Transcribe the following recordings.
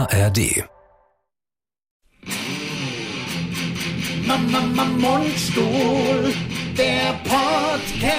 ARD. Mundstuhl, der Podcast.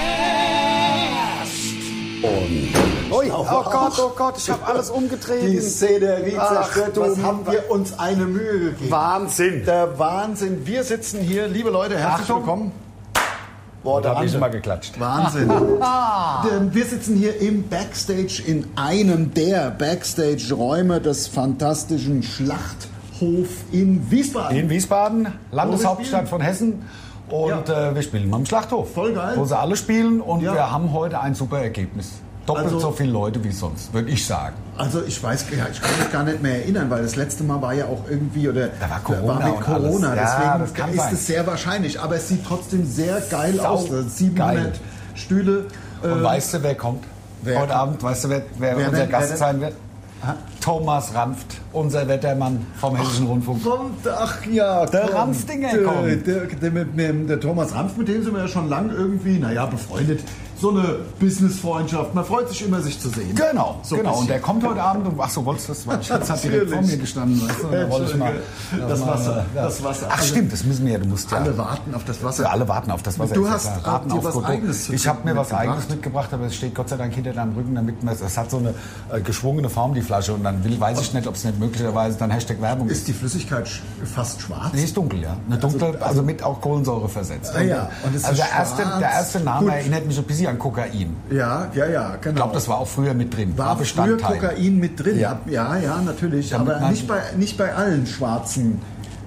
Oh Gott, ich habe alles umgetreten. Die Szenerie zerstört. Was haben wir uns eine Mühe gegeben? Wahnsinn. Der Wahnsinn. Wir sitzen hier, liebe Leute, herzlich willkommen. Boah, da habe ich mal geklatscht. Wahnsinn. Wir sitzen hier im Backstage, in einem der Backstage-Räume des fantastischen Schlachthof in Wiesbaden. In Wiesbaden, Landeshauptstadt von Hessen. Und wir spielen mal im Schlachthof. Voll geil. Wo sie alle spielen. Und wir haben heute ein super Ergebnis. Doppelt so viele Leute wie sonst, würde ich sagen. Also ich weiß, ich kann mich gar nicht mehr erinnern, weil das letzte Mal war ja auch irgendwie, oder da war Corona, mit Corona. Deswegen ist es sehr wahrscheinlich. Aber es sieht trotzdem sehr geil aus. 700 geil. Stühle. Und weißt du, wer kommt heute Abend? Weißt du, wer unser Gast sein wird? Thomas Ranft, unser Wettermann vom Hessischen Rundfunk. Der Ranftinger kommt. Der Thomas Ranft, mit dem sind wir ja schon lange irgendwie, befreundet. So eine Business-Freundschaft. Man freut sich immer, sich zu sehen. Genau. Und der kommt heute Abend und wolltest du das? Mein Schatz hat direkt vor mir gestanden. Weißt du? Da wollte ich mal, das Wasser. Ach stimmt, das müssen wir ja. Du musst alle warten auf das Wasser. Alle warten auf das Wasser. Du hast dir was Eigenes Ich habe mir was Eigenes mitgebracht, aber es steht Gott sei Dank hinter deinem Rücken, damit man es hat so eine geschwungene Form, die Flasche. Und dann weiß ich nicht, ob es nicht möglicherweise dann Hashtag Werbung ist. Ist die Flüssigkeit fast schwarz? Nee, ist dunkel, ja. Eine dunkle, also mit auch Kohlensäure versetzt. Und es also ist der erste Name erinnert mich ein bisschen an Kokain. Ja, genau. Ich glaube, das war auch früher mit drin. War früher Kokain mit drin? Ja, natürlich. Damit aber nicht bei allen schwarzen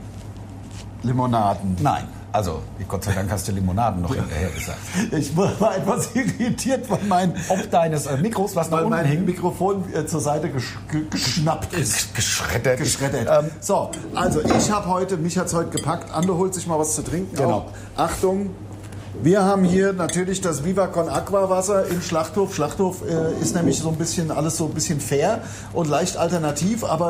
Limonaden. Nein. Also, Gott sei Dank hast du Limonaden noch hinterher gesagt. Ich war etwas irritiert von ob deines Mikros, was da unten mein hing, Mikrofon zur Seite geschnappt ist. Geschreddert. So, also mich hat es heute gepackt. Ando holt sich mal was zu trinken. Genau. Achtung, wir haben hier natürlich das Viva Con Aqua Wasser im Schlachthof. Schlachthof ist nämlich alles so ein bisschen fair und leicht alternativ, aber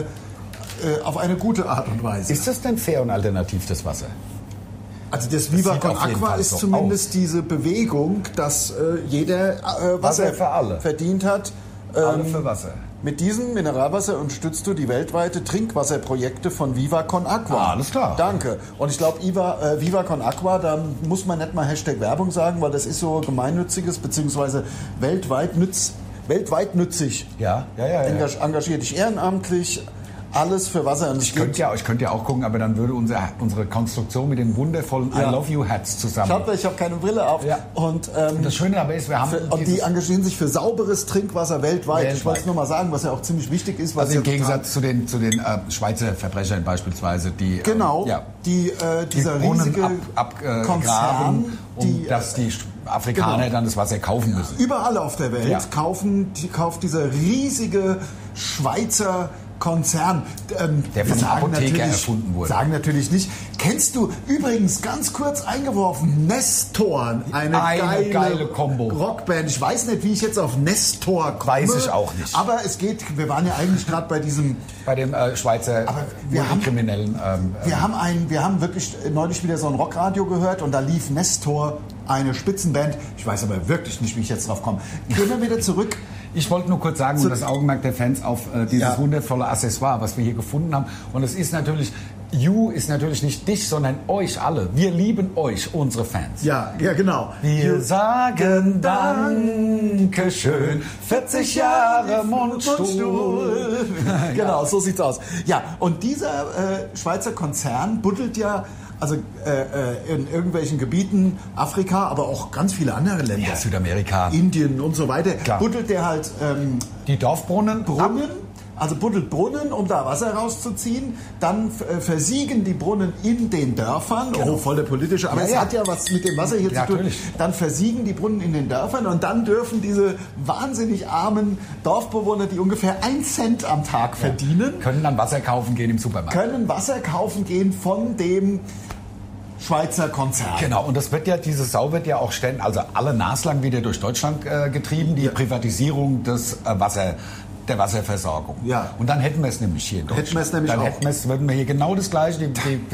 auf eine gute Art und Weise. Ist das denn fair und alternativ, das Wasser? Also das Viva Con Aqua ist zumindest diese Bewegung, dass jeder Wasser für alle verdient hat. Alle für Wasser. Mit diesem Mineralwasser unterstützt du die weltweite Trinkwasserprojekte von Viva Con Aqua. Alles klar. Danke. Und ich glaube, Viva Con Aqua, da muss man nicht mal Hashtag Werbung sagen, weil das ist so gemeinnütziges, beziehungsweise weltweit nützig. Ja. Engagiert dich ehrenamtlich. Alles für Wasser. Und ich könnte ja auch gucken, aber dann würde unsere Konstruktion mit den wundervollen I Love You Hats zusammen. Ich habe keine Brille auf. Ja. Und das Schöne dabei ist, die engagieren sich für sauberes Trinkwasser weltweit. Ich wollte es nur mal sagen, was ja auch ziemlich wichtig ist. Also im Gegensatz zu den Schweizer Verbrechern beispielsweise, die dieser Brunnen riesige abgraben, dass die Afrikaner dann das Wasser kaufen müssen. Überall auf der Welt kauft dieser riesige Schweizer Konzern, der von der Apotheker erfunden wurde. Sagen natürlich nicht. Kennst du übrigens ganz kurz eingeworfen Nestor, eine geile Kombo. Rockband. Ich weiß nicht, wie ich jetzt auf Nestor komme. Weiß ich auch nicht. Aber wir waren ja eigentlich gerade bei dem Schweizer Kriminellen. Wir haben wirklich neulich wieder so ein Rockradio gehört und da lief Nestor, eine Spitzenband. Ich weiß aber wirklich nicht, wie ich jetzt drauf komme. Gehen wir wieder zurück. Ich wollte nur kurz sagen, das Augenmerk der Fans auf dieses wundervolle Accessoire, was wir hier gefunden haben. Und es ist natürlich, ist natürlich nicht dich, sondern euch alle. Wir lieben euch, unsere Fans. Ja, genau. Wir sagen Dankeschön, 40 Jahre Mundstuhl. Genau, so sieht's aus. Ja, und dieser Schweizer Konzern buddelt ja in irgendwelchen Gebieten, Afrika, aber auch ganz viele andere Länder. Ja, Südamerika. Indien und so weiter. Klar. Buddelt der halt die Dorfbrunnen buddelt Brunnen, um da Wasser rauszuziehen. Dann versiegen die Brunnen in den Dörfern. Genau. Oh, voll der politische. Aber es hat ja was mit dem Wasser hier zu tun. Natürlich. Dann versiegen die Brunnen in den Dörfern und dann dürfen diese wahnsinnig armen Dorfbewohner, die ungefähr 1 Cent am Tag verdienen, können dann Wasser kaufen gehen im Supermarkt. Können Wasser kaufen gehen von dem Schweizer Konzern. Genau, und diese Sau wird ja auch ständig, also alle naslang wieder durch Deutschland getrieben, die Privatisierung der Wasserversorgung. Ja. Und dann hätten wir es nämlich hier in Deutschland. Würden wir hier genau das Gleiche.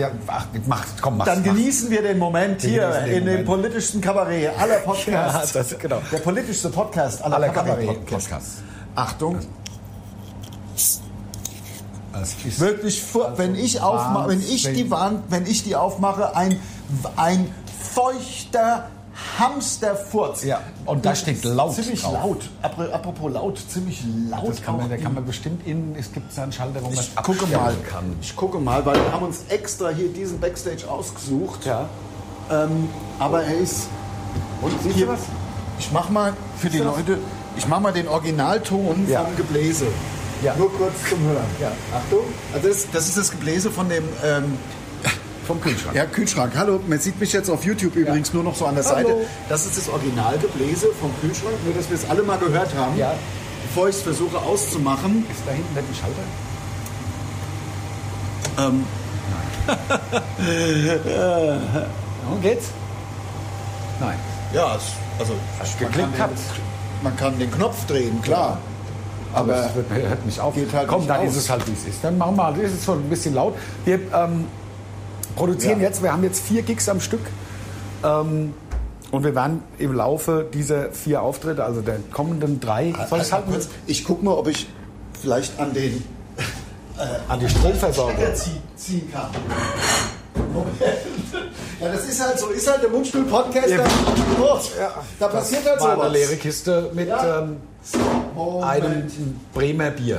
Dann genießen wir den Moment hier in dem politischsten Kabarett aller Podcasts. Ja, genau. Der politischste Podcast aller Kabarett-Podcasts. Achtung. Wirklich, wenn ich die aufmache, ein feuchter Hamsterfurz. Ja, und da steht laut ziemlich drauf. Laut. Apropos laut, ziemlich laut. Das kann man bestimmt es gibt einen Schalter, wo man abstellen kann. Ich gucke mal, weil wir haben uns extra hier diesen Backstage ausgesucht. Ja. Aber er ist... Und siehst du was? Ich mach mal für die Leute, den Originalton vom Gebläse. Ja. Nur kurz zum Hören. Ja. Achtung. Also das ist das Gebläse von dem... vom Kühlschrank. Ja, Kühlschrank. Hallo, man sieht mich jetzt auf YouTube übrigens nur noch so an der Seite. Das ist das Originalgebläse vom Kühlschrank, nur dass wir es alle mal gehört haben. Ja. Bevor ich es versuche auszumachen. Ist da hinten nicht ein Schalter? Und geht's? Nein. Ja, man kann den Knopf drehen, klar. Aber es hört nicht auf. Geht halt Komm, nicht dann aus. ist es halt, wie es ist. Dann machen wir mal, das ist schon ein bisschen laut. Wir produzieren jetzt, wir haben jetzt 4 Gigs am Stück. Und wir werden im Laufe dieser 4 Auftritte, also der kommenden 3, ich gucke mal, ob ich vielleicht an die Stromversorgung ziehen kann. Ja, das ist halt so, ist halt der Mundstuhl-Podcast. Da passiert halt sowas. Eine leere Kiste mit einem Bremer Bier.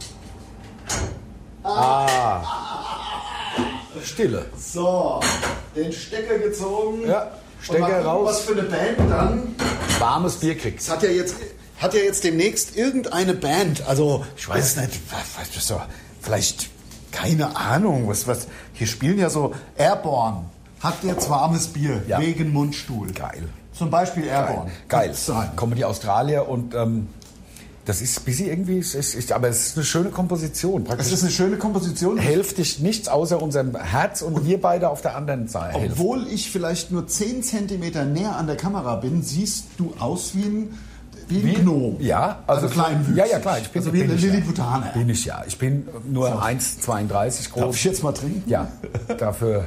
Stille. So, den Stecker gezogen. Ja, Stecker raus. Was für eine Band dann? Warmes Bier kriegt. Es hat ja jetzt demnächst irgendeine Band. Also, ich weiß nicht, vielleicht, keine Ahnung, was. Hier spielen ja so Airborne. Hat jetzt warmes Bier wegen Mundstuhl. Geil. Zum Beispiel Airborne. Geil. Kommen die Australier und das ist busy irgendwie, aber es ist eine schöne Komposition. Es ist eine schöne Komposition. Hilft dich nichts außer unserem Herz und wir beide auf der anderen Seite. Obwohl ich vielleicht nur 10 cm näher an der Kamera bin, siehst du aus wie ein Gnom. Ja, also kleinwüchsig. Ja, klar. Ich bin wie eine Lilliputaner. Bin ich ja. Ich bin nur 1,32 groß. Darf ich jetzt mal trinken? Ja, dafür.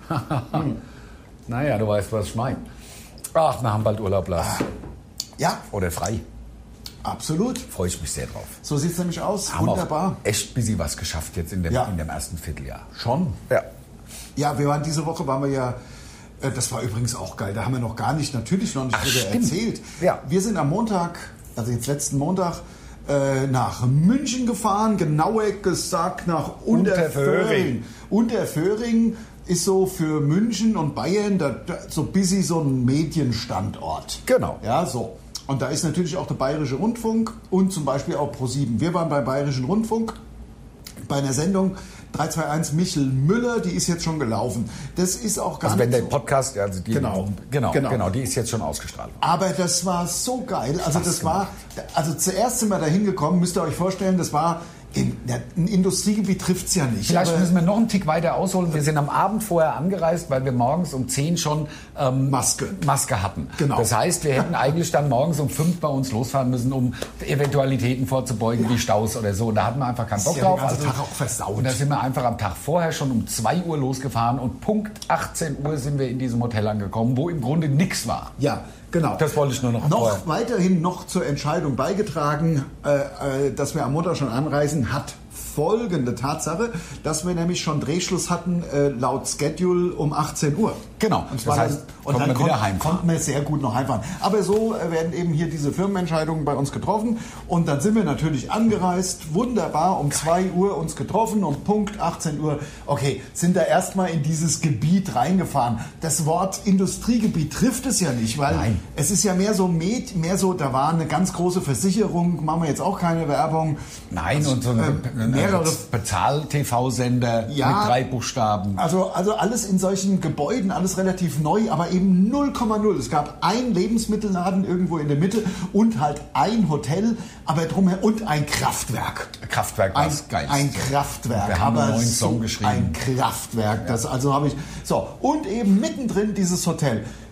Naja, du weißt, was ich meine. Ach, wir haben bald Urlaub, Lars. Ja. Oder frei. Absolut. Freue ich mich sehr drauf. So sieht es nämlich aus. Haben wunderbar. Auch echt busy was geschafft jetzt in dem ersten Vierteljahr. Schon? Ja. Ja, diese Woche waren wir ja, das war übrigens auch geil, da haben wir natürlich noch nicht drüber erzählt. Ja. Wir sind am Montag, also jetzt letzten Montag, nach München gefahren, genauer gesagt nach Unterföhring. Unterföhring ist so für München und Bayern so busy so ein Medienstandort. Genau. Ja, so. Und da ist natürlich auch der Bayerische Rundfunk und zum Beispiel auch ProSieben. Wir waren beim Bayerischen Rundfunk bei einer Sendung 321 Michel Müller, die ist jetzt schon gelaufen. Das ist auch gar nicht wenn der so Podcast, also die, genau, die ist jetzt schon ausgestrahlt. Aber das war so geil. Also zuerst sind wir da hingekommen, müsst ihr euch vorstellen, das war ein Industriegebiet trifft es ja nicht. Vielleicht müssen wir noch einen Tick weiter ausholen. Wir sind am Abend vorher angereist, weil wir morgens um 10 schon Maske hatten. Genau. Das heißt, wir hätten eigentlich dann morgens um 5 bei uns losfahren müssen, um Eventualitäten vorzubeugen, wie Staus oder so. Und da hatten wir einfach keinen Bock drauf. Den ganzen Tag auch versaut. Und da sind wir einfach am Tag vorher schon um 2 Uhr losgefahren und Punkt 18 Uhr sind wir in diesem Hotel angekommen, wo im Grunde nichts war. Ja. Genau. Das wollte ich nur noch weiterhin zur Entscheidung beigetragen, dass wir am Montag schon anreisen, hat folgende Tatsache, dass wir nämlich schon Drehschluss hatten laut Schedule um 18 Uhr. Genau. Und dann konnten wir sehr gut noch heimfahren. Aber so werden eben hier diese Firmenentscheidungen bei uns getroffen. Und dann sind wir natürlich angereist, wunderbar, um 2 Uhr uns getroffen und Punkt 18 Uhr, okay, sind da erstmal in dieses Gebiet reingefahren. Das Wort Industriegebiet trifft es ja nicht, weil es ist ja mehr so, da war eine ganz große Versicherung, machen wir jetzt auch keine Werbung. Nein, und so mehrere Bezahl-TV-Sender mit 3 Buchstaben. Also alles in solchen Gebäuden, alles relativ neu, aber eben 0,0. Es gab einen Lebensmittelladen irgendwo in der Mitte und halt ein Hotel, aber drumherum und ein Kraftwerk. Kraftwerk war geil. Ein Kraftwerk. Wir haben einen neuen Song geschrieben. Ein Kraftwerk. Das habe ich. So, und eben mittendrin dieses Hotel.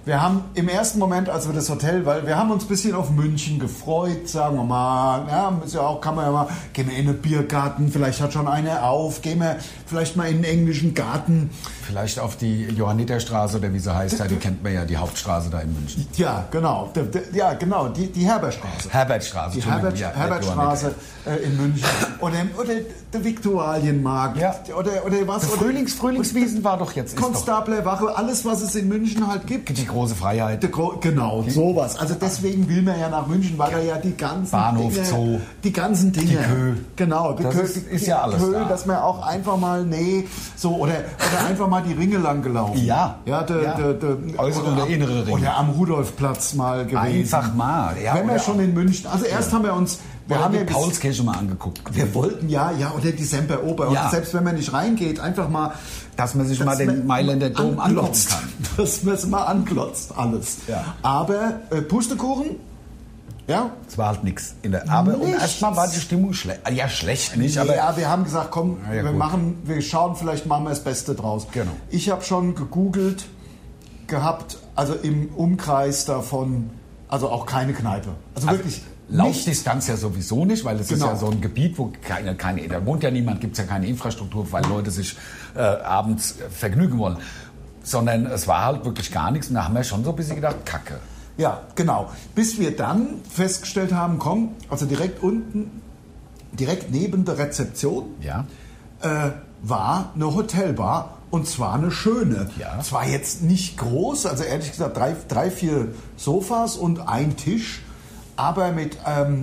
Wir haben im ersten Moment, als wir das Hotel, weil wir haben uns ein bisschen auf München gefreut, sagen wir mal, ja, ist ja auch, kann man ja mal, gehen wir in den Biergarten, vielleicht hat schon einer auf, gehen wir vielleicht mal in den englischen Garten. Vielleicht auf die Johanniterstraße oder wie sie heißt, die kennt man ja, die Hauptstraße da in München. Ja, genau, die Herbertstraße. Herbertstraße. Die Herbertstraße in München. Oder der Viktualienmarkt. Ja. Oder was? Frühlingswiesen war doch jetzt. Konstablerwache, alles, was es in München halt gibt. Die große Freiheit. Genau, sowas. Also deswegen will man ja nach München, weil da ja die ganzen Bahnhof, Dinge, Zoo. Die ganzen Dinge. Die Kö. Genau, die Das Kö, ist ja alles Kö, da. dass man auch einfach mal, oder einfach mal die Ringe lang gelaufen. Ja. Der äußere und der innere Ring. Oder am Rudolfplatz mal gewesen. Einfach mal. Ja, wenn wir schon in München, also erst haben wir uns... Wir haben die Paulskirche mal angeguckt. Wir wollten oder die Semperoper. Ja. Und selbst wenn man nicht reingeht, einfach mal... Dass man sich mal den Mailänder Dom anglotzt kann. Dass man es mal anglotzt, alles. Ja. Aber Pustekuchen, ja... Es war halt nichts. Aber erstmal war die Stimmung schlecht. Ja, schlecht nicht, aber... Ja, wir haben gesagt, komm, wir schauen, vielleicht machen wir das Beste draus. Genau. Ich habe schon gegoogelt gehabt, also im Umkreis davon, also auch keine Kneipe. Also wirklich... Laufdistanz ja sowieso nicht, weil es ist ja so ein Gebiet, wo da wohnt ja niemand, gibt es ja keine Infrastruktur, weil Leute sich abends vergnügen wollen. Sondern es war halt wirklich gar nichts und da haben wir schon so ein bisschen gedacht, Kacke. Ja, genau. Bis wir dann festgestellt haben, also direkt neben der Rezeption war eine Hotelbar und zwar eine schöne. Ja. Es war jetzt nicht groß, also ehrlich gesagt 3-4 Sofas und ein Tisch. Aber mit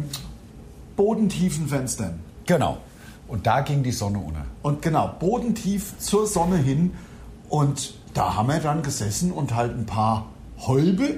bodentiefen Fenstern. Genau. Und da ging die Sonne unter. Und genau, bodentief zur Sonne hin. Und da haben wir dann gesessen und halt ein paar Häube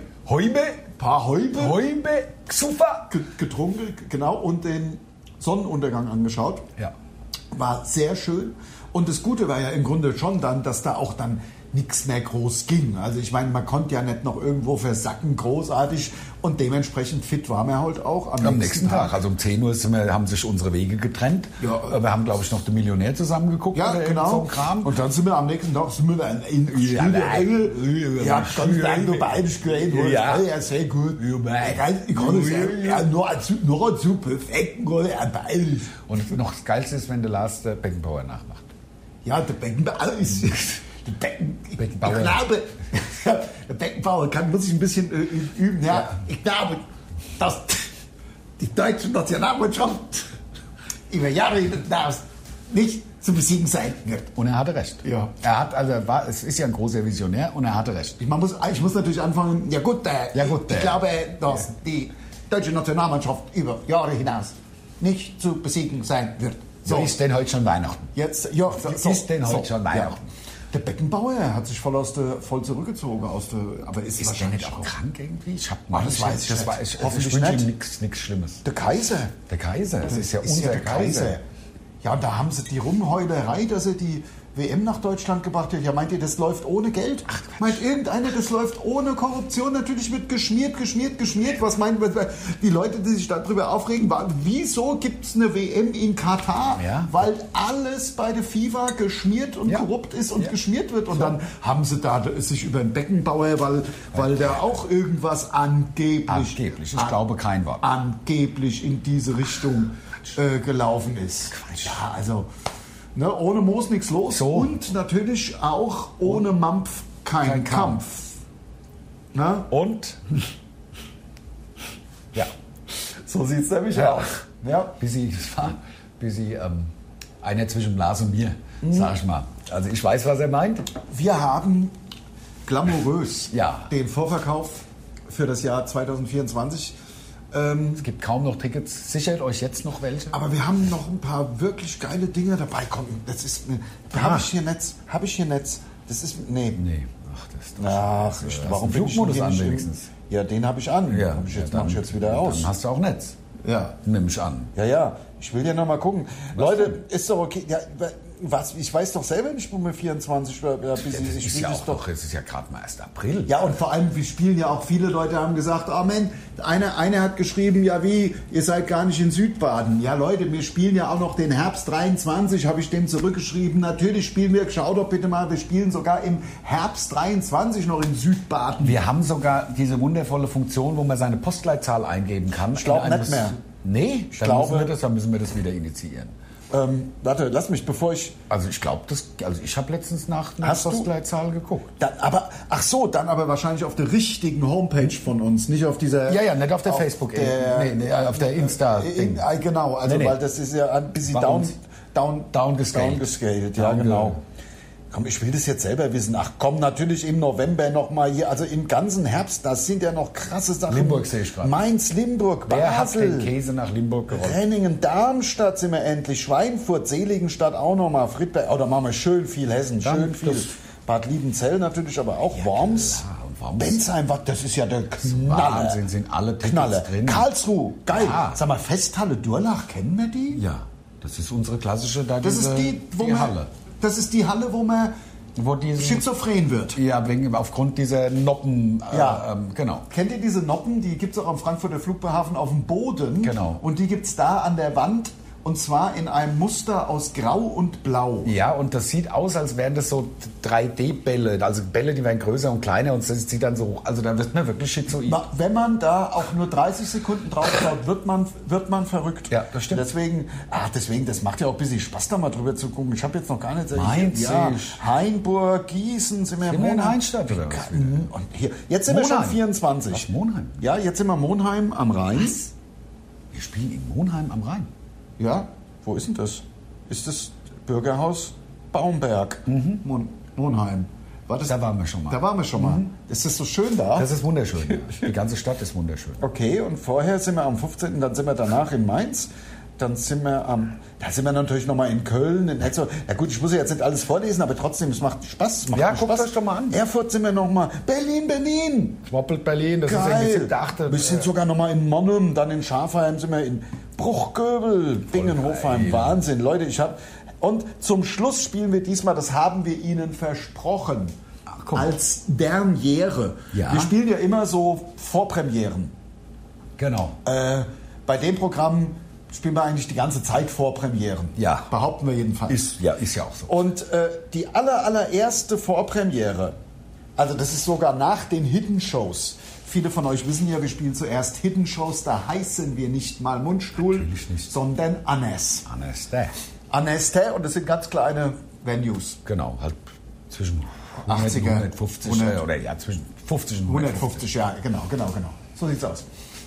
super getrunken, genau, und den Sonnenuntergang angeschaut. Ja. War sehr schön. Und das Gute war ja im Grunde schon dann, dass da auch dann nichts mehr groß ging. Also ich meine, man konnte ja nicht noch irgendwo versacken, großartig. Und dementsprechend fit waren wir halt auch am nächsten Tag. Also um 10 Uhr haben sich unsere Wege getrennt. Ja. Wir haben, glaube ich, noch den Millionär zusammengeguckt. Ja, genau. Kram. Und dann sind wir am nächsten Tag in Engel. Ja, ganz lang dabei geredet. Ja, sehr gut. Ich kann es nur zu perfekten Bein. Und noch das Geilste ist, wenn der Lars der Beckenbauer nachmacht. Ja, der Beckenbauer ist... Beckenbauer. Ich glaube, der Beckenbauer muss sich ein bisschen üben. Ja. Ich glaube, dass die deutsche Nationalmannschaft über Jahre hinaus nicht zu besiegen sein wird. Und er hatte recht. Ja. Es ist ja ein großer Visionär und er hatte recht. Ich muss natürlich anfangen. Ich glaube, dass die deutsche Nationalmannschaft über Jahre hinaus nicht zu besiegen sein wird. So ist denn heute schon Weihnachten? Ist denn heute schon Weihnachten? Ja. Der Beckenbauer hat sich voll zurückgezogen aber ist der nicht auch krank irgendwie? Ich hoffentlich wünsche ihm nichts Schlimmes. Der Kaiser. Das ist ja unser Kaiser. Ja, und da haben sie die Rumheulerei, dass er die WM nach Deutschland gebracht hat. Ja, meint ihr, das läuft ohne Geld? Ach, meint irgendeiner, das läuft ohne Korruption? Natürlich wird geschmiert. Was meinen die Leute, die sich darüber aufregen, wieso gibt es eine WM in Katar? Ja. Weil alles bei der FIFA geschmiert und korrupt ist und geschmiert wird. Und dann haben sie da sich über den Beckenbauer, weil der auch irgendwas angeblich, ich glaube kein Wort, angeblich in diese Richtung gelaufen ist. Quatsch. Ja, also... Ne, ohne Moos nichts los und natürlich auch ohne Mampf kein Kampf. Ne? Und? Ja. So sieht es nämlich aus. Ja. Bis einer zwischen Lars und mir, sag ich mal. Also ich weiß, was er meint. Wir haben glamourös den Vorverkauf für das Jahr 2024. Es gibt kaum noch Tickets. Sichert euch jetzt noch welche? Aber wir haben noch ein paar wirklich geile Dinge dabei. Komm, das ist... Habe ich hier Netz? Das ist... Nee. Ach, das ist doch warum Flugmodus an wenigstens? Ja, den habe ich an. Ja, Mach ich jetzt wieder aus. Dann hast du auch Netz. Ja. Nimm ich an. Ja. Ich will ja noch mal gucken. Leute, ist doch okay. Ja, was? Ich weiß doch selber nicht, wo wir 24 Es ist ja gerade mal 1. April. Ja, und vor allem, wir spielen ja auch, viele Leute haben gesagt, oh Mann, einer hat geschrieben, ja wie, ihr seid gar nicht in Südbaden. Ja Leute, wir spielen ja auch noch den Herbst 23, habe ich dem zurückgeschrieben. Natürlich spielen wir, schau doch bitte mal, wir spielen sogar im Herbst 23 noch in Südbaden. Wir haben sogar diese wundervolle Funktion, wo man seine Postleitzahl eingeben kann. Ich glaube nicht mehr. Nee, dann müssen wir das wieder initiieren. Warte, lass mich, bevor ich... Also ich glaube, ich habe letztens nach einer Postleitzahl geguckt. Dann aber wahrscheinlich auf der richtigen Homepage von uns, nicht auf dieser... Ja, nicht auf der Facebook, auf der Insta. Genau, also weil das ist ja ein bisschen downscaled. Ja, genau. Komm, ich will das jetzt selber wissen. Ach komm, natürlich im November nochmal hier, also im ganzen Herbst, das sind ja noch krasse Sachen. Limburg sehe ich gerade. Mainz, Limburg, Basel. Wer hat den Käse nach Limburg gerollt? Renningen, Darmstadt sind wir endlich, Schweinfurt, Seligenstadt auch nochmal, Friedberg, oder machen wir schön viel Hessen, schön viel. Bad Liebenzell natürlich, aber auch Worms. Bensheim, das ist ja der Knaller. Wahnsinn, sind alle Tickets drin. Karlsruhe, geil. Ja. Sag mal, Festhalle Durlach, kennen wir die? Ja, das ist unsere klassische, Halle. Das ist die Halle, wo man schizophren wird. Ja, aufgrund dieser Noppen. Genau. Kennt ihr diese Noppen? Die gibt es auch am Frankfurter Flughafen auf dem Boden. Genau. Und die gibt es da an der Wand. Und zwar in einem Muster aus Grau und Blau. Ja, und das sieht aus, als wären das so 3D-Bälle. Also Bälle, die werden größer und kleiner und das sieht dann so, also da wird man wirklich schizoid. Wenn man da auch nur 30 Sekunden drauf schaut, wird man verrückt. Ja, das stimmt. Deswegen, das macht ja auch ein bisschen Spaß, da mal drüber zu gucken. Ich habe jetzt noch gar nicht... Mainz. Ja, Hainburg, Gießen, sind wir in Heinstadt oder was? Und hier, jetzt sind wir schon 24. Ach, Monheim. Ja, jetzt sind wir Monheim am Rhein. Was? Wir spielen in Monheim am Rhein. Ja, wo ist denn das? Ist das Bürgerhaus Baumberg, Monheim? Da waren wir schon mal. Da waren wir schon mal. Ist das so schön da? Das ist wunderschön. Ja. Die ganze Stadt ist wunderschön. Okay, und vorher sind wir am 15., dann sind wir danach in Mainz. Dann sind wir natürlich nochmal in Köln, in Etzow. Ja gut, ich muss ja jetzt nicht alles vorlesen, aber trotzdem, es macht Spaß. Guckt euch doch mal an. Erfurt sind wir nochmal. Berlin. Schwappelt Berlin, das geil. Ist ja die 7., 8. Wir sind sogar nochmal in Monnum, dann in Schafheim sind wir in Bruchgöbel, Bingenhofheim. Wahnsinn, Leute, und zum Schluss spielen wir diesmal, das haben wir Ihnen versprochen, als Derniere. Ja. Wir spielen ja immer so Vorpremieren. Genau. Bei dem Programm spielen wir eigentlich die ganze Zeit Vorpremieren. Ja. Behaupten wir jedenfalls. Ist ja auch so. Und die allererste Vorpremiere, also das ist sogar nach den Hidden Shows. Viele von euch wissen ja, wir spielen zuerst Hidden Shows, da heißen wir nicht mal Mundstuhl, sondern Annes. Aneste, und das sind ganz kleine Venues. Genau, halt zwischen 80er, 150 oder ja, zwischen 50 und 150, ja, genau. So sieht's aus.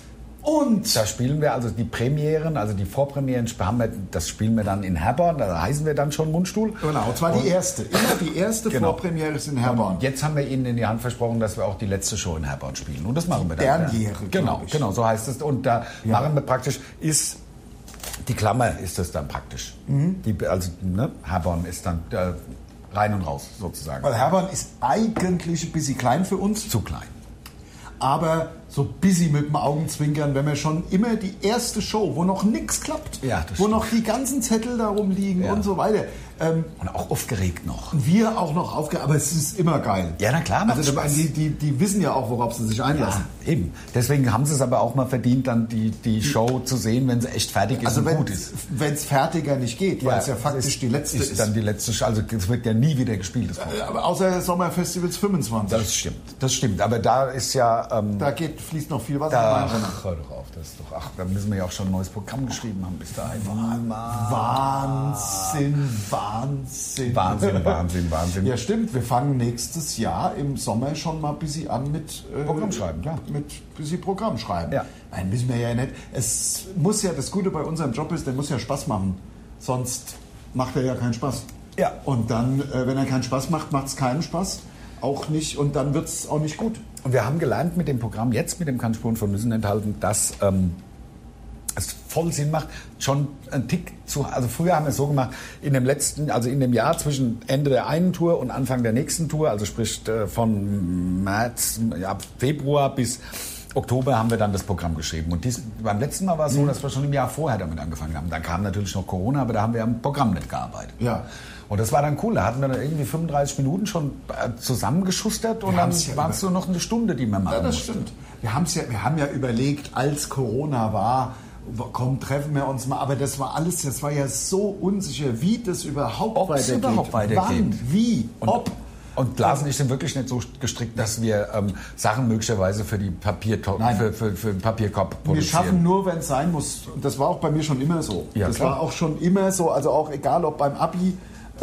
Und da spielen wir also die Premieren, also die Vorpremieren, das spielen wir dann in Herborn, da heißen wir dann schon Mundstuhl. Genau, und zwar die erste. Immer die erste Vorpremiere ist in Herborn. Und jetzt haben wir Ihnen in die Hand versprochen, dass wir auch die letzte Show in Herborn spielen. Und das machen wir dann. Derniere, genau, so heißt es. Und da machen wir praktisch, die Klammer ist das dann praktisch. Herborn ist dann rein und raus sozusagen. Weil Herborn ist eigentlich ein bisschen klein für uns. Zu klein. Aber so busy mit dem Augenzwinkern, wenn wir schon immer die erste Show, wo noch nichts klappt, wo noch die ganzen Zettel da rumliegen und so weiter. Und auch aufgeregt noch. Wir auch noch aufgeregt, aber es ist immer geil. Ja, na klar. Also die wissen ja auch, worauf sie sich einlassen. Ja, eben. Deswegen haben sie es aber auch mal verdient, dann die Show zu sehen, wenn sie echt fertig ist und gut ist. Wenn es fertiger nicht geht, weil es ja faktisch die letzte ist. Dann die letzte, also es wird ja nie wieder gespielt. Aber außer Sommerfestivals 25. Das stimmt. Aber da ist ja... da fließt noch viel Wasser rein. Hör doch auf, da müssen wir ja auch schon ein neues Programm geschrieben haben bis dahin. Wahnsinn. Ja, stimmt. Wir fangen nächstes Jahr im Sommer schon mal ein bisschen an mit Programmschreiben, klar. Mit bisschen Programmschreiben. Ja. Nein, müssen wir ja nicht. Es muss ja, das Gute bei unserem Job ist, der muss ja Spaß machen. Sonst macht er ja keinen Spaß. Ja. Und dann, wenn er keinen Spaß macht, macht es keinen Spaß. Auch nicht. Und dann wird es auch nicht gut. Und wir haben gelernt mit dem Programm jetzt, mit dem Kann Spuren von Nüssen enthalten, dass es voll Sinn macht, schon einen Tick zu... Also früher haben wir es so gemacht, in dem Jahr zwischen Ende der einen Tour und Anfang der nächsten Tour, also sprich von Februar bis Oktober haben wir dann das Programm geschrieben. Und beim letzten Mal war es so, dass wir schon im Jahr vorher damit angefangen haben. Dann kam natürlich noch Corona, aber da haben wir am Programm nicht gearbeitet. Ja. Und das war dann cool. Da hatten wir dann irgendwie 35 Minuten schon zusammengeschustert und dann war es nur noch eine Stunde, die wir machen Ja, das mussten. stimmt. Wir haben ja überlegt, als Corona war, komm, treffen wir uns mal. Aber das war ja so unsicher, wie das überhaupt weitergeht. Wann, wie, ob. Und Lars und ich sind wirklich nicht so gestrickt, dass wir Sachen möglicherweise für die für den Papierkorb produzieren. Wir schaffen nur, wenn es sein muss. Und das war auch bei mir schon immer so. Ja, das klar. war auch schon immer so. Also auch egal, ob beim Abi.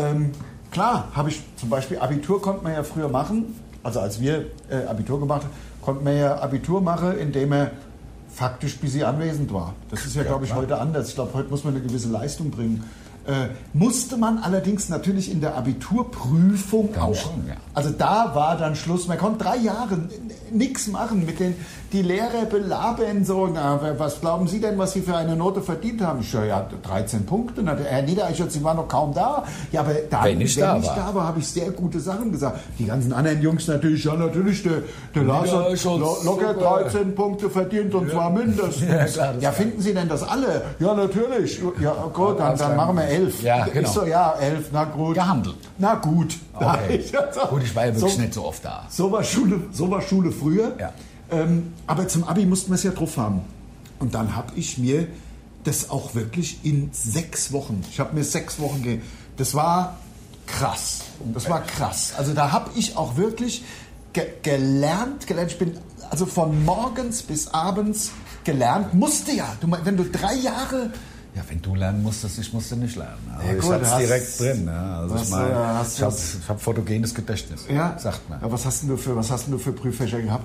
Klar, habe ich zum Beispiel Abitur konnte man ja früher machen. Also als wir Abitur gemacht haben, konnte man ja Abitur machen, indem er faktisch bis sie anwesend war. Das ist ja, glaube ich, heute anders. Ich glaube, heute muss man eine gewisse Leistung bringen. Musste man allerdings natürlich in der Abiturprüfung Dann auch. schon, ja. Also da war dann Schluss. Man konnte 3 Jahre nichts machen. Die Lehrer belabern so. Na, was glauben Sie denn, was Sie für eine Note verdient haben? Ich sage, ja, 13 Punkte. Na, Herr Niedereichert, Sie waren noch kaum da. Ja, aber wenn ich da war, habe ich sehr gute Sachen gesagt. Die ganzen anderen Jungs natürlich, der Lars hat locker 13 Punkte verdient und zwar mindestens. Ja, klar, ja, finden Sie denn das alle? Ja, natürlich. Ja, gut, dann machen wir 11. Ja, genau. Ich so, ja, 11, na gut. Gehandelt. Na gut. Okay. Gut, ich war ja wirklich nicht so oft da. So war Schule früher. Ja. Aber zum Abi mussten wir es ja drauf haben. Und dann habe ich mir das auch wirklich in 6 Wochen, ich habe mir 6 Wochen gegeben. Das war krass. Das war krass. Also da habe ich auch wirklich gelernt. Ich bin also von morgens bis abends gelernt. Musste ja. Wenn du 3 Jahre... Ja, wenn du lernen musstest, ich musste nicht lernen. Ja, ich hatte es direkt drin. Ja. Also ich habe fotogenes Gedächtnis, ja? sagt man. Ja, was hast du für Prüffächer gehabt?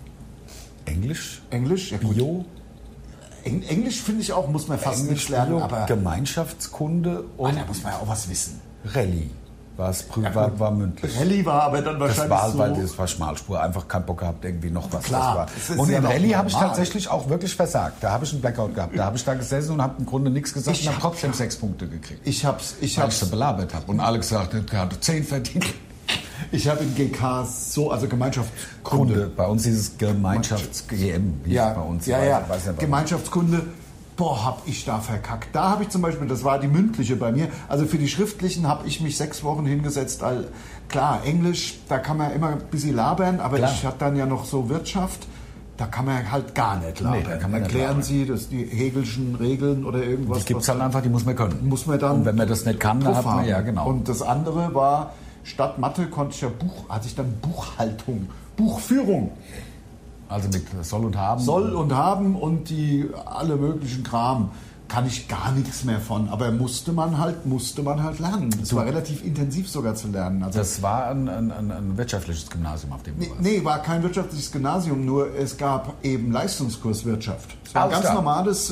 Englisch? Ja, Bio? Englisch finde ich auch, muss man fast nicht lernen. Bio, Aber Gemeinschaftskunde und da muss man ja auch was wissen. Rallye. War mündlich. Rallye war aber dann wahrscheinlich das war Schmalspur, einfach keinen Bock gehabt, irgendwie noch was. Klar, das war. Und in Rallye habe ich tatsächlich auch wirklich versagt. Da habe ich einen Blackout gehabt. Da habe ich da gesessen und habe im Grunde nichts gesagt und habe trotzdem 6 Punkte gekriegt. Weil ich so belabert habe und alle gesagt, er hatte 10 verdient. Ich habe in GK also Gemeinschaftskunde. Bei uns dieses Gemeinschafts-GM. Ja, bei uns. Ja. Gemeinschaftskunde. Boah, hab ich da verkackt. Da habe ich zum Beispiel, das war die mündliche bei mir, also für die schriftlichen habe ich mich 6 Wochen hingesetzt. Klar, Englisch, da kann man immer ein bisschen labern, aber ich hatte dann ja noch so Wirtschaft, da kann man halt gar nicht labern. Nee, da kann man Erklären Sie die Hegelschen Regeln oder irgendwas. Die gibt es halt einfach, die muss man können. Muss man dann. Und wenn man das nicht kann, dann hat man, ja genau. Und das andere war, statt Mathe hatte ich dann Buchführung. Also mit Soll und Haben? Soll und Haben und alle möglichen Kram. Kann ich gar nichts mehr von. Aber musste man halt lernen. Es war relativ intensiv sogar zu lernen. Also das war ein wirtschaftliches Gymnasium, auf dem du warst? Nee, war kein wirtschaftliches Gymnasium, nur es gab eben Leistungskurs Wirtschaft. Es war ein ganz normales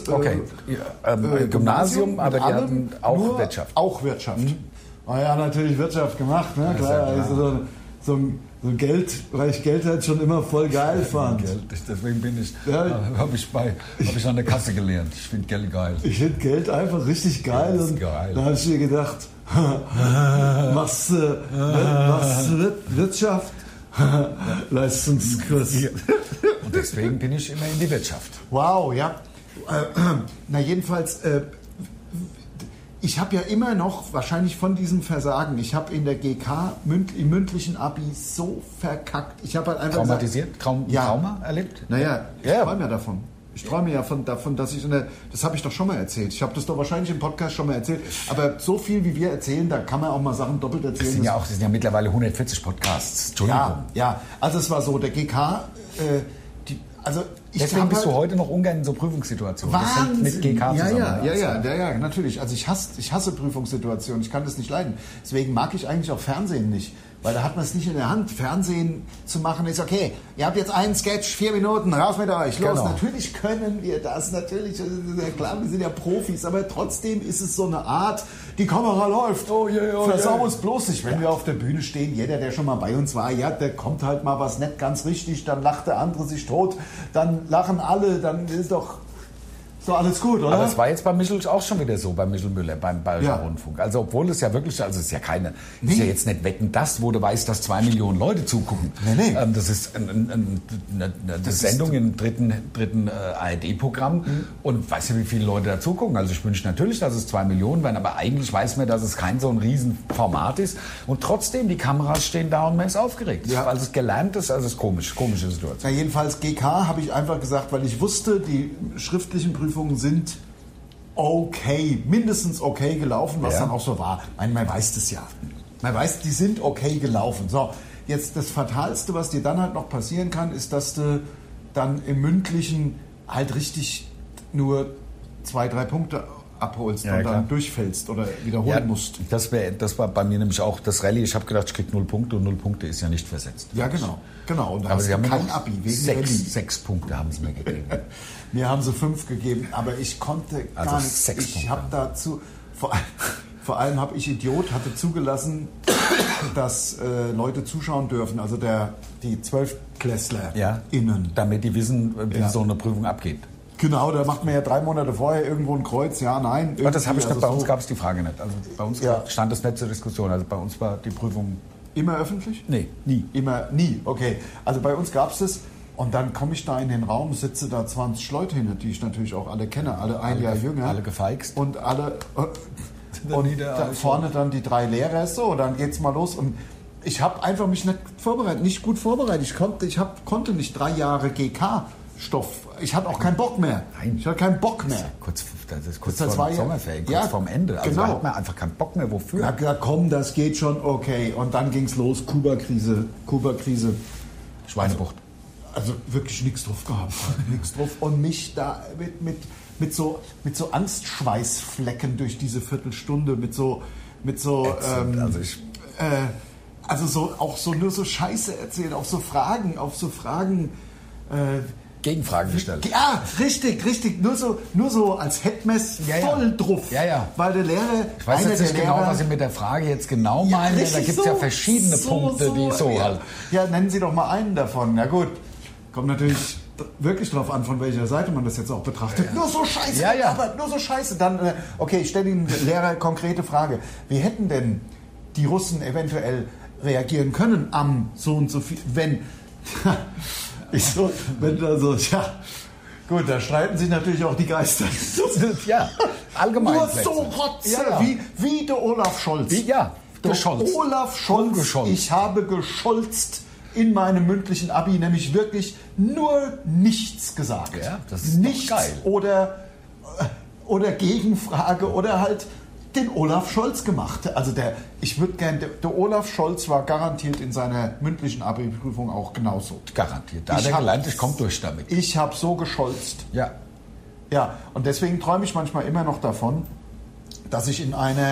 Gymnasium, aber die hatten auch Wirtschaft. Auch Wirtschaft. War ja natürlich Wirtschaft gemacht, ne? Klar, also so ein Geld, weil ich Geld halt schon immer voll geil fand. Deswegen habe ich an der Kasse gelernt. Ich finde Geld geil. Ich finde Geld einfach richtig geil. Und geil. Da habe ich mir gedacht, machst du Wirtschaft? Leistungskurs. Und deswegen bin ich immer in die Wirtschaft. Wow, ja. Jedenfalls... Ich habe ja immer noch, wahrscheinlich von diesem Versagen, ich habe in der GK im mündlichen Abi so verkackt. Ich habe halt einfach traumatisiert? Trauma erlebt? Naja, ich träume ja davon. Ich träume ja davon, dass das habe ich doch schon mal erzählt. Ich habe das doch wahrscheinlich im Podcast schon mal erzählt. Aber so viel, wie wir erzählen, da kann man auch mal Sachen doppelt erzählen. Das sind ja mittlerweile 140 Podcasts. Entschuldigung. Ja. Also es war so, der GK... Deswegen bist du heute noch ungern in so Prüfungssituationen. Wahnsinn. Das hängt mit GK zusammen. Ja, natürlich. Also ich hasse Prüfungssituationen. Ich kann das nicht leiden. Deswegen mag ich eigentlich auch Fernsehen nicht. Weil da hat man es nicht in der Hand. Fernsehen zu machen ist okay. Ihr habt jetzt einen Sketch, 4 Minuten, raus mit euch. Los, Natürlich können wir das. Natürlich, klar, wir sind ja Profis. Aber trotzdem ist es so eine Art, die Kamera läuft. Versau uns bloß nicht. Wenn wir auf der Bühne stehen, jeder, der schon mal bei uns war, der kommt halt mal was nicht ganz richtig. Dann lacht der andere sich tot. Dann lachen alle. Dann ist doch... So, alles gut, oder? Aber es war jetzt bei Michel auch schon wieder so, bei Michel Müller, beim Bayerischen Rundfunk. Also obwohl es ja wirklich, also es ist ja keine, ist ja jetzt nicht Wetten, das, wo du weißt, dass 2 Millionen Leute zugucken. Nee. Das ist eine Sendung im dritten ARD-Programm und weiß ja, wie viele Leute da zugucken. Also ich wünsche natürlich, dass es 2 Millionen werden, aber eigentlich weiß man, dass es kein so ein Riesenformat ist. Und trotzdem, die Kameras stehen da und man ist aufgeregt. Ja. Weil es gelernt ist, also es ist komische Situation. Ja, jedenfalls GK habe ich einfach gesagt, weil ich wusste, die schriftlichen Prüfungen sind okay, mindestens okay gelaufen, was dann auch so war. Man weiß das ja. Man weiß, die sind okay gelaufen. So, jetzt das Fatalste, was dir dann halt noch passieren kann, ist, dass du dann im Mündlichen halt richtig nur 2, 3 Punkte abholst und dann durchfällst oder wiederholen musst. Das war bei mir nämlich auch das Rallye. Ich habe gedacht, ich kriege 0 Punkte und 0 Punkte ist ja nicht versetzt. Ja, genau. Und da aber sie haben kein Abi wegen 6 Punkte haben sie mir gegeben. Mir haben sie 5 gegeben, aber ich konnte gar nichts. Ich habe dazu, vor allem habe ich Idiot, hatte zugelassen, dass Leute zuschauen dürfen, also die 12-Klässler innen. Damit die wissen, wie so eine Prüfung abgeht. Genau, da macht man ja 3 Monate vorher irgendwo ein Kreuz, ja, nein. Aber das habe ich nicht, bei uns gab es die Frage nicht. Also bei uns stand das nicht zur Diskussion. Also bei uns war die Prüfung... Immer öffentlich? Nee, nie. Nie, okay. Also bei uns gab es das und dann komme ich da in den Raum, sitze da 20 Leute hinter, die ich natürlich auch alle kenne, alle ein Jahr jünger. Alle gefeixt. Und alle... Und da vorne dann die 3 Lehrer, so, dann geht's mal los und ich habe einfach mich nicht gut vorbereitet. Ich konnte nicht 3 Jahre GK-Stoff. Ich hatte auch keinen Bock mehr. Nein. Ich hatte keinen Bock mehr. Kurz vor Sommerferien, kurz vorm Ende. Also da hat man einfach keinen Bock mehr. Wofür? Ja, gesagt, komm, das geht schon, okay. Und dann ging's los, Kuba-Krise. Schweinebucht. Also wirklich nichts drauf gehabt. Nichts drauf. Und mich da mit so Angstschweißflecken durch diese Viertelstunde, nur so Scheiße erzählen, auf so Fragen, Gegenfragen gestellt. Ja, richtig. Nur so als hätten wir es voll drauf. Ja. Weil der Lehrer... Ich weiß jetzt nicht genau, was Sie mit der Frage jetzt genau meinen. Da gibt es ja verschiedene Punkte, die so halt... Ja, nennen Sie doch mal einen davon. Na gut, kommt natürlich wirklich drauf an, von welcher Seite man das jetzt auch betrachtet. Ja. Nur so scheiße, aber nur so scheiße. Dann, okay, ich stelle Ihnen, Lehrer, konkrete Frage. Wie hätten denn die Russen eventuell reagieren können am so und so viel, wenn da so, gut, da streiten sich natürlich auch die Geister. Ja, allgemein. Nur so Rotze, wie der Olaf Scholz. Olaf Scholz. Ich habe gescholzt in meinem mündlichen Abi, nämlich wirklich nur nichts gesagt. Ja, das ist nichts geil. Oder Gegenfrage oder halt den Olaf Scholz gemacht. Also der Olaf Scholz war garantiert in seiner mündlichen Abi-Prüfung auch genauso. Garantiert. Da hat er gelernt, ich komme durch damit. Ich habe so gescholzt. Ja. Ja, und deswegen träume ich manchmal immer noch davon, dass ich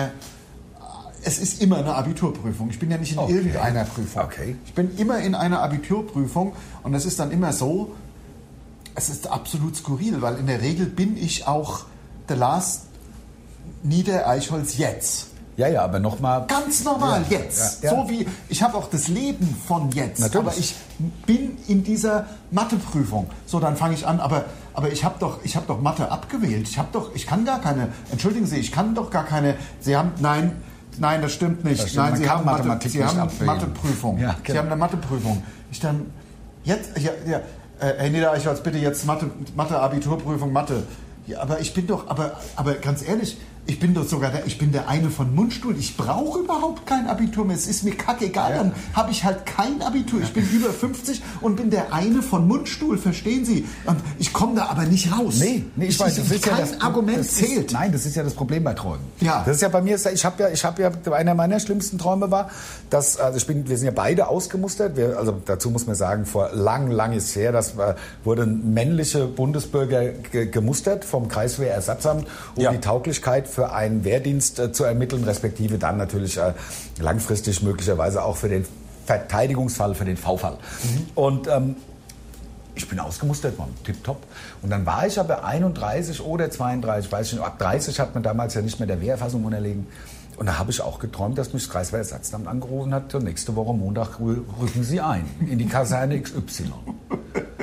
es ist immer eine Abiturprüfung. Ich bin ja nicht in irgendeiner Prüfung. Okay. Ich bin immer in einer Abiturprüfung und es ist dann immer so, es ist absolut skurril, weil in der Regel bin ich auch der Lars Nieder-Eichholz jetzt. Ja, aber nochmal... Ganz normal jetzt. Ja. So wie, ich habe auch das Leben von jetzt. Natürlich. Aber ich bin in dieser Matheprüfung. So, dann fange ich an, aber ich habe doch Mathe abgewählt. Ich kann gar keine, entschuldigen Sie, ich kann doch gar keine, Sie haben, nein, das stimmt nicht. Das stimmt, nein, Sie haben Matheprüfung. Ja, genau. Sie haben eine Matheprüfung. Ich dann, jetzt, Herr Nieder-Eichholz, bitte jetzt Mathe-Abiturprüfung, Mathe. Ja, aber ich bin doch, aber ganz ehrlich, ich bin der eine von Mundstuhl. Ich brauche überhaupt kein Abitur mehr. Es ist mir kackegal. Dann habe ich halt kein Abitur. Ich bin über 50 und bin der eine von Mundstuhl. Verstehen Sie? Und ich komme da aber nicht raus. Nee, ich weiß. Kein Argument zählt. Nein, das ist ja das Problem bei Träumen. Ja. Das ist ja bei mir. Ich habe ja einer meiner schlimmsten Träume war, dass wir sind ja beide ausgemustert. Also dazu muss man sagen, vor lang ist her, wurden männliche Bundesbürger gemustert vom Kreiswehrersatzamt, um die Tauglichkeit für einen Wehrdienst zu ermitteln, respektive dann natürlich langfristig möglicherweise auch für den Verteidigungsfall, für den V-Fall. Und ich bin ausgemustert worden, tipptopp. Und dann war ich aber 31 oder 32, weiß ich nicht, ab 30 hat man damals ja nicht mehr der Wehrerfassung unterlegen. Und da habe ich auch geträumt, dass mich das Kreiswehrersatzamt angerufen hat, nächste Woche Montag rücken Sie ein in die Kaserne XY.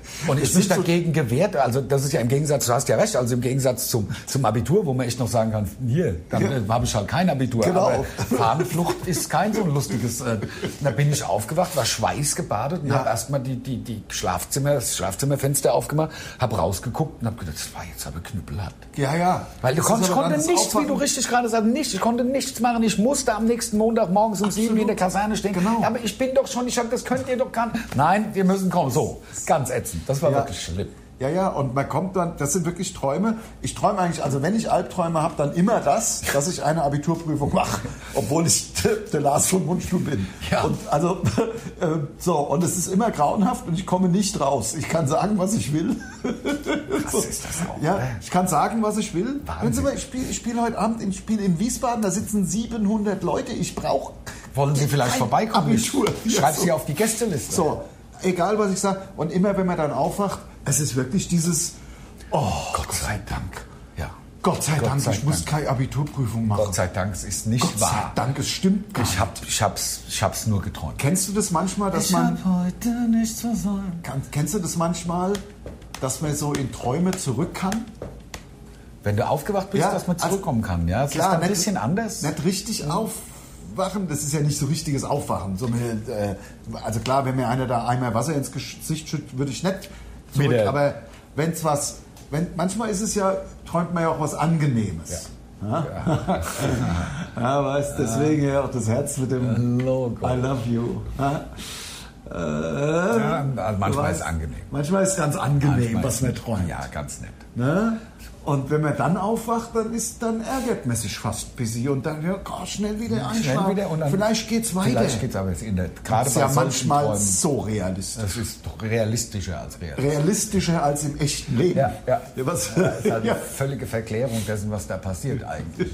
Und ich mich dagegen gewehrt, also das ist ja im Gegensatz, du hast ja recht, also im Gegensatz zum Abitur, wo man echt noch sagen kann, hier, dann habe ich halt kein Abitur. Genau. Aber Fahnenflucht ist kein so ein lustiges, da bin ich aufgewacht, war schweißgebadet und habe erstmal das Schlafzimmerfenster aufgemacht, habe rausgeguckt und habe gedacht, das war jetzt aber knüppelhart. Ja. Weil ich konnte nichts, wie du richtig gerade sagst, ich konnte nichts machen, ich musste am nächsten Montag morgens um 7 Uhr in der Kaserne stehen. Genau. Ja, aber ich bin doch schon, das könnt ihr doch gar nicht. Nein, wir müssen kommen. So, ganz ätzend. Das war wirklich schlimm. Ja, und man kommt dann, das sind wirklich Träume. Ich träume eigentlich, also wenn ich Albträume habe, dann immer das, dass ich eine Abiturprüfung mache, obwohl ich der Lars vom Mundstuhl bin. Ja. Und also, und es ist immer grauenhaft und ich komme nicht raus. Ich kann sagen, was ich will. Was ist das auch? Ja, ich kann sagen, was ich will. Hören Sie mal, ich spiele heute Abend ein Spiel in Wiesbaden, da sitzen 700 Leute. Ich brauche... Wollen Sie vielleicht vorbeikommen? Abitur. Schreib Sie auf die Gästeliste. So, egal was ich sage. Und immer wenn man dann aufwacht, es ist wirklich dieses... Oh, Gott sei Dank. Ja. Gott sei Dank, ich muss keine Abiturprüfung machen. Gott sei Dank, es ist nicht Gott sei wahr. Dank, es stimmt gar nicht. Ich hab's nur geträumt. Kennst du das manchmal, dass man... heute nichts zu sagen. Kennst du das manchmal, dass man so in Träume zurück kann? Wenn du aufgewacht bist, Ja, dass man zurückkommen kann. Ja, es klar, ist ein nicht- bisschen anders. Nicht richtig aufwachen, das ist ja nicht so richtiges Aufwachen. So also klar, wenn mir einer da einmal Wasser ins Gesicht schüttet, würde ich nicht zurück. Wieder. Aber manchmal ist es ja, träumt man ja auch was Angenehmes. Ja, weißt, deswegen ja auch das Herz mit dem Logo. I love you. Also manchmal ist es angenehm. Manchmal ist es ganz angenehm, Manchmal was man träumt. Ja, ganz nett. Ne? Und wenn man dann aufwacht, dann ärgert man sich fast ein bisschen und dann schnell wieder einschlafen. Und dann vielleicht geht's weiter. Vielleicht geht's aber gerade Das ist bei ja solchen manchmal Träumen. so realistisch. Das ist doch realistischer als realistisch. Realistischer als im echten Leben. Ja. Was? Das ist halt eine völlige Verklärung dessen, was da passiert eigentlich.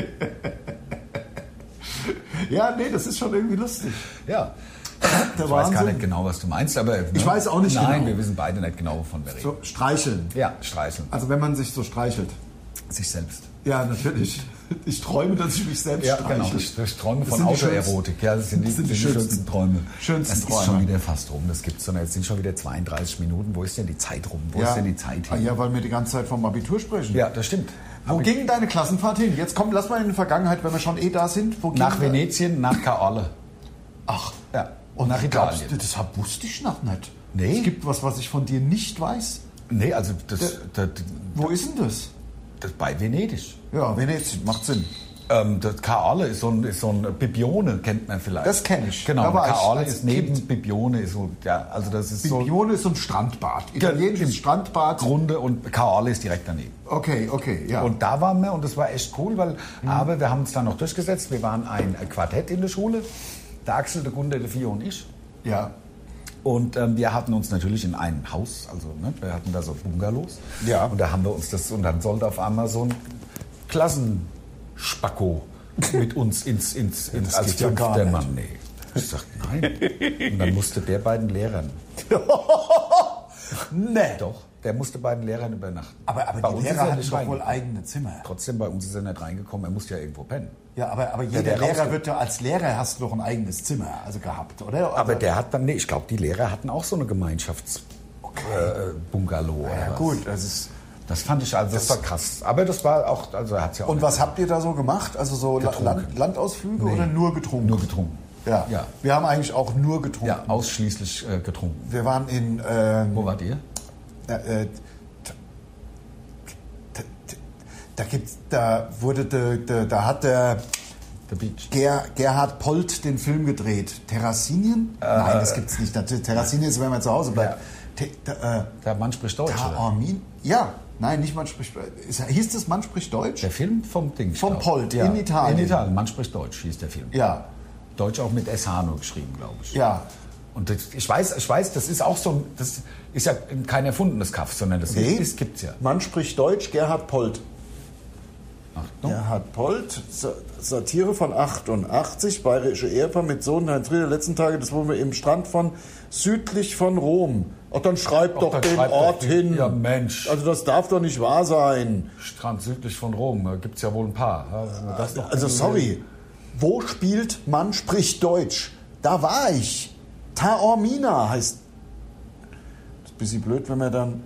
Ja, nee, das ist schon irgendwie lustig. Ja. Der Ich weiß gar Wahnsinn. nicht genau, was du meinst, aber... Ich weiß auch nicht Nein, genau. wir wissen beide nicht genau, wovon wir reden. So streicheln. Ja, streicheln. Also wenn man sich so streichelt. Sich selbst. Ja, natürlich. Ich träume, dass ich mich selbst Ja, streichel. genau. Ich träume Das von sind die Autoerotik. Ja, das sind die schönsten Träume. Schönsten das ist Träume. schon wieder fast rum. Das gibt's schon. Jetzt sind schon wieder 32 Minuten. Wo ist denn die Zeit rum? Wo ist denn die Zeit hin? Ja, weil wir die ganze Zeit vom Abitur sprechen. Ja, das stimmt. Wo ging deine Klassenfahrt hin? Jetzt komm, lass mal in die Vergangenheit, wenn wir schon da sind. Wo ging Nach Venetien, nach Caorle. Ach. Ja. Und nach Italien. Das wusste ich noch nicht. Nee. Es gibt was ich von dir nicht weiß. Nee, also das Wo ist denn das? bei Venedig. Ja, Venetien, macht Sinn. Das Caorle ist so ein Bibione, kennt man vielleicht. Das kenn ich. Genau, Da war ich Caorle als ist neben Kind. Bibione, ist so, ja, also das ist so Bibione ist so ein Strandbad. Italienisches Strandbad. Grunde und Caorle ist direkt daneben. Okay, ja. Und da waren wir und das war echt cool, weil aber wir haben uns dann noch durchgesetzt. Wir waren ein Quartett in der Schule, der Axel, der Gunter, der Fio und ich. ja. Und wir hatten uns natürlich in ein Haus, also wir hatten da so Bungalows. Ja. Und da haben wir uns und dann sollte auf einmal so ein Klassenspacko mit uns ins Das als geht ja gar fünfter nicht. Mann. Nee. Ich sagte nein. Und dann musste der beiden Lehrern. Nee. Doch, der musste beiden Lehrern übernachten. Aber Bei die uns ist Lehrer er hatten nicht doch wohl reingekommen. eigene Zimmer. Trotzdem, bei uns ist er nicht reingekommen. Er musste ja irgendwo pennen. Ja, aber jeder der Lehrer wird ja als Lehrer hast du doch ein eigenes Zimmer gehabt, oder? Also, Aber der hat dann, ich glaube, die Lehrer hatten auch so eine Gemeinschaftsbungalow. ja gut, Das fand ich, also das war krass. Aber das war auch, also er hat es ja auch Und was habt ihr da so gemacht? Also so Getrunken. Landausflüge Nee. oder nur getrunken? nur getrunken. Ja. Ja. Wir haben eigentlich auch nur getrunken. Ja, ausschließlich getrunken. Wir waren in Wo wart ihr? da hat der The Beach. Gerhard Polt den Film gedreht. Terrassinien? Nein, das gibt's nicht. Terrassinien ist, wenn man zu Hause bleibt. Der Mann spricht Deutsch, oder? Taormin? Ja, nein, nicht man spricht. Hieß das Man spricht Deutsch? Der Film vom Ding. ich Vom glaub. Polt, in Italien. In Italien, Man spricht Deutsch, hieß der Film. Ja, Deutsch auch mit SH nur geschrieben, glaube ich. ja. Und ich weiß, das ist auch so, das ist ja kein erfundenes Kaff, sondern das gibt's ja. Man spricht Deutsch, Gerhard Polt. Achtung. Gerhard Polt, Satire von 88, bayerische Ehepaar mit Sohn Heinz Frieder, letzten Tage, das wohnen wir im Strand von südlich von Rom. Ach, dann schreibt doch dann den schreibt Ort doch- hin. Ja, Mensch. Also das darf doch nicht wahr sein. Strand südlich von Rom, da gibt es ja wohl ein paar. Also sorry, wo spielt Man spricht Deutsch? Da war ich. Taormina heißt. ein bisschen blöd, wenn wir dann...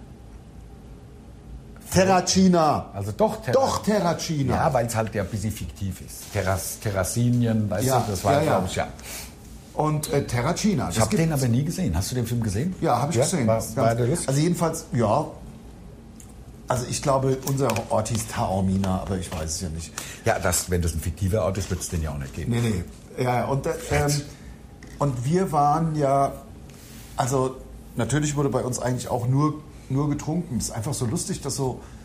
Terracina. Also doch Terracina. Ja, weil es halt ja ein bisschen fiktiv ist. Terrassinien, weißt Ja, du, das war, ja. glaube ich, ja. Und Terracina. Ich habe den aber nie gesehen. Hast du den Film gesehen? Ja, habe ich gesehen. War der lustig? Also jedenfalls, ja. Also ich glaube, unser Ort hieß Taormina, aber ich weiß es ja nicht. Ja, wenn das ein fiktiver Ort ist, wird es den ja auch nicht geben. Nee. Ja, und wir waren ja, also natürlich wurde bei uns eigentlich auch nur getrunken. Es ist einfach so lustig, dass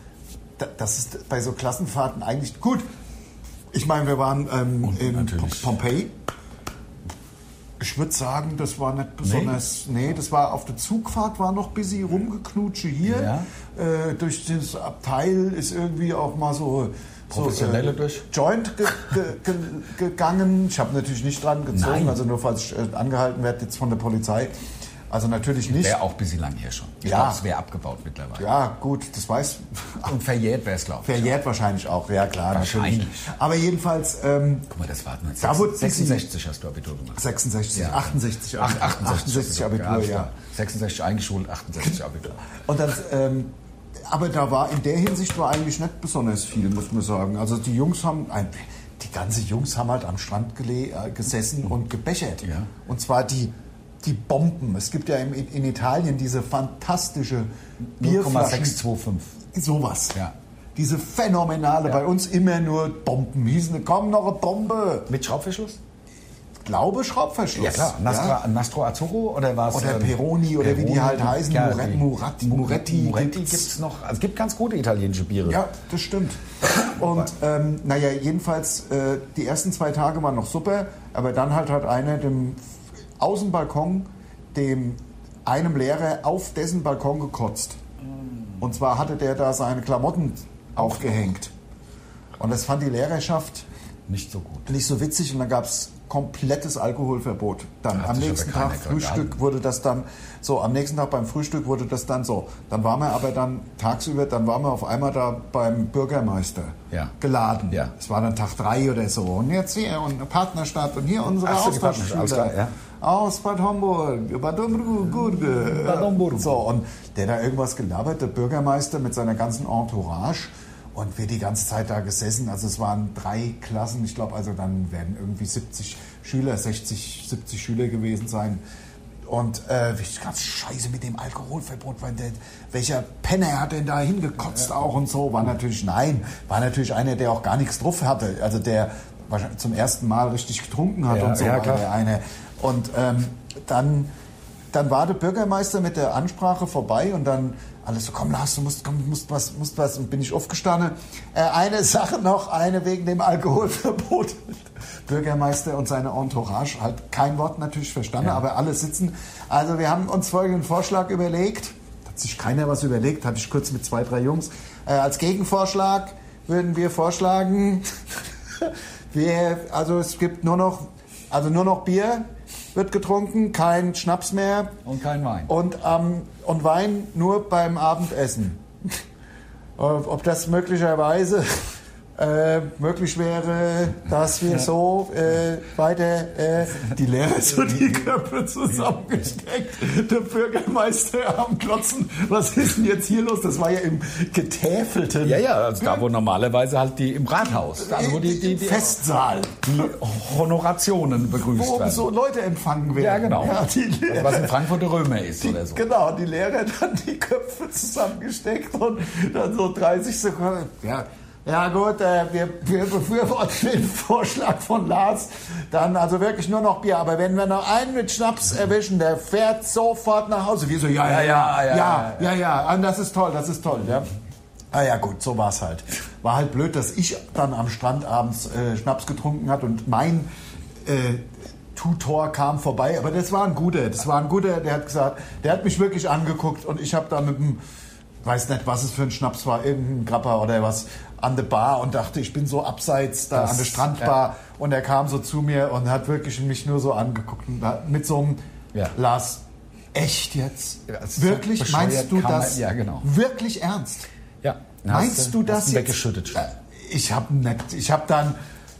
es bei so Klassenfahrten eigentlich, gut, ich meine, wir waren in natürlich. Pompeji. Ich würde sagen, das war nicht besonders. Nee, das war auf der Zugfahrt, war noch ein bisschen rumgeknutsche hier. Ja. Durch das Abteil ist irgendwie auch mal so Professionelle durch? Joint gegangen. Ich habe natürlich nicht dran gezogen, Nein. also nur falls ich angehalten werde jetzt von der Polizei. Also natürlich nicht. Wäre auch ein bisschen lang her schon. Ich Ja. glaube, es wäre abgebaut mittlerweile. Ja, gut, das weiß. Und verjährt wäre es, glaube ich. Verjährt wahrscheinlich auch, ja klar. Wahrscheinlich. Natürlich. Aber jedenfalls Guck mal, das war Da wurde 66 hast du Abitur gemacht. 66, Ja. 68, 68 Abitur, alles ja. klar. 66 eingeschult, 68 Abitur. Und dann, aber da war in der Hinsicht war eigentlich nicht besonders viel, muss man sagen. Also die ganze Jungs haben halt am Strand gesessen und gebechert. Ja. Und zwar die Bomben. Es gibt ja in Italien diese fantastische Bierflaschen. 0,625. Sowas. Ja. Diese phänomenale, bei uns immer nur Bomben. Hießen, komm, noch eine Bombe. Mit Schraubverschluss? Glaube Schraubverschluss. Ja klar. Nastro Azzurro oder was? Oder Peroni oder wie die halt heißen. Ja, Muretti. Muretti gibt es noch. Also es gibt ganz gute italienische Biere. Ja, das stimmt. Und jedenfalls, die ersten 2 Tage waren noch super, aber dann hat einer dem Außenbalkon einem Lehrer auf dessen Balkon gekotzt. Und zwar hatte der da seine Klamotten aufgehängt. Und das fand die Lehrerschaft Nicht so gut. nicht so witzig und dann gab es komplettes Alkoholverbot. Dann Hat am sich nächsten aber Tag keiner Frühstück wurde das dann so, am nächsten Tag beim Frühstück wurde das dann so. Dann waren wir aber dann tagsüber, dann waren wir auf einmal da beim Bürgermeister Ja. geladen. Ja. Es war dann Tag 3 oder so. Und jetzt hier und eine Partnerstadt und hier unsere Ach so, die Partnerstadt, alles Austauschschüler klar, aus Bad Homburg, Bad Homburg. So, und der da irgendwas gelabert, der Bürgermeister mit seiner ganzen Entourage. Und wir die ganze Zeit da gesessen, also es waren 3 Klassen, ich glaube, also dann werden irgendwie 70 Schüler, 60, 70 Schüler gewesen sein. Und ganz scheiße mit dem Alkoholverbot, weil welcher Penner hat denn da hingekotzt auch und so. War natürlich einer, der auch gar nichts drauf hatte, also der wahrscheinlich zum ersten Mal richtig getrunken hat und so. Ja, war klar. der eine. Und dann war der Bürgermeister mit der Ansprache vorbei und dann alles so, komm Lars, du musst was. Und bin ich aufgestanden. Eine Sache noch, wegen dem Alkoholverbot. Bürgermeister und seine Entourage, halt kein Wort natürlich verstanden, aber alle sitzen. Also wir haben uns folgenden Vorschlag überlegt. Hat sich keiner was überlegt, hatte ich kurz mit 2, 3 Jungs. Als Gegenvorschlag würden wir vorschlagen, es gibt nur noch Bier wird getrunken, kein Schnaps mehr. Und kein Wein. Und Wein nur beim Abendessen. Ob das möglicherweise möglich wäre, dass wir so weiter die Lehrer so die Köpfe zusammengesteckt, der Bürgermeister am Klotzen. Was ist denn jetzt hier los? Das war ja im getäfelten Also da wo normalerweise halt die im Rathaus, also wo die Festsaal, die Honorationen begrüßt wo werden. so Leute empfangen werden. Ja, genau. Ja, Also was in Frankfurt der Römer ist oder so. Genau, die Lehrer dann die Köpfe zusammengesteckt und dann so 30 Sekunden. Ja gut, wir befürworten den Vorschlag von Lars. Dann also wirklich nur noch Bier. Aber wenn wir noch einen mit Schnaps erwischen, der fährt sofort nach Hause. Wir so, ja. Und das ist toll. Ja. Ja gut, so war es halt. War halt blöd, dass ich dann am Strand abends Schnaps getrunken hat und mein Tutor kam vorbei. Aber das war ein guter, der hat gesagt, der hat mich wirklich angeguckt und ich habe da mit dem, weiß nicht, was es für ein Schnaps war, irgendein Grappa oder was, an der Bar und dachte, ich bin so abseits da an der Strandbar und er kam so zu mir und hat wirklich mich nur so angeguckt und mit so einem Lars, echt jetzt? Ja, wirklich? So meinst du das genau. wirklich ernst? Ja. Meinst du das jetzt? Weggeschüttet schon. Ich habe dann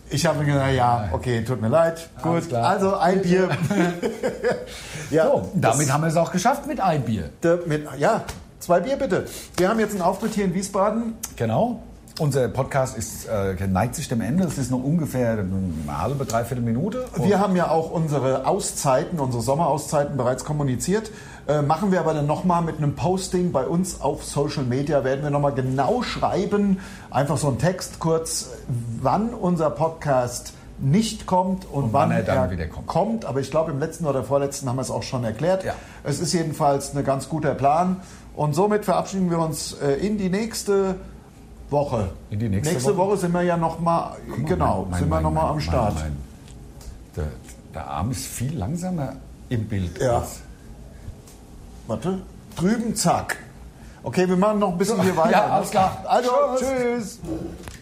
Ich habe mir gedacht, ja, okay, tut mir leid. Gut, also ein Bier. Ja, so, damit haben wir es auch geschafft mit ein Bier. Ja, 2 Bier bitte. Wir haben jetzt einen Auftritt hier in Wiesbaden. Genau. Unser Podcast neigt sich dem Ende. Es ist noch ungefähr eine halbe, dreiviertel Minute. Wir haben ja auch unsere Auszeiten, unsere Sommerauszeiten bereits kommuniziert. Machen wir aber dann nochmal mit einem Posting bei uns auf Social Media. Werden wir nochmal genau schreiben, einfach so einen Text kurz, wann unser Podcast nicht kommt und wann er dann wieder kommt. Aber ich glaube, im letzten oder vorletzten haben wir es auch schon erklärt. Ja. Es ist jedenfalls ein ganz guter Plan. Und somit verabschieden wir uns in die nächste Woche. Nächste Woche sind wir ja nochmal, sind wir nochmal am Start. Der Arm ist viel langsamer im Bild. Ja. Warte. Drüben, zack. Okay, wir machen noch ein bisschen hier weiter. Ja, alles klar. Also, tschüss.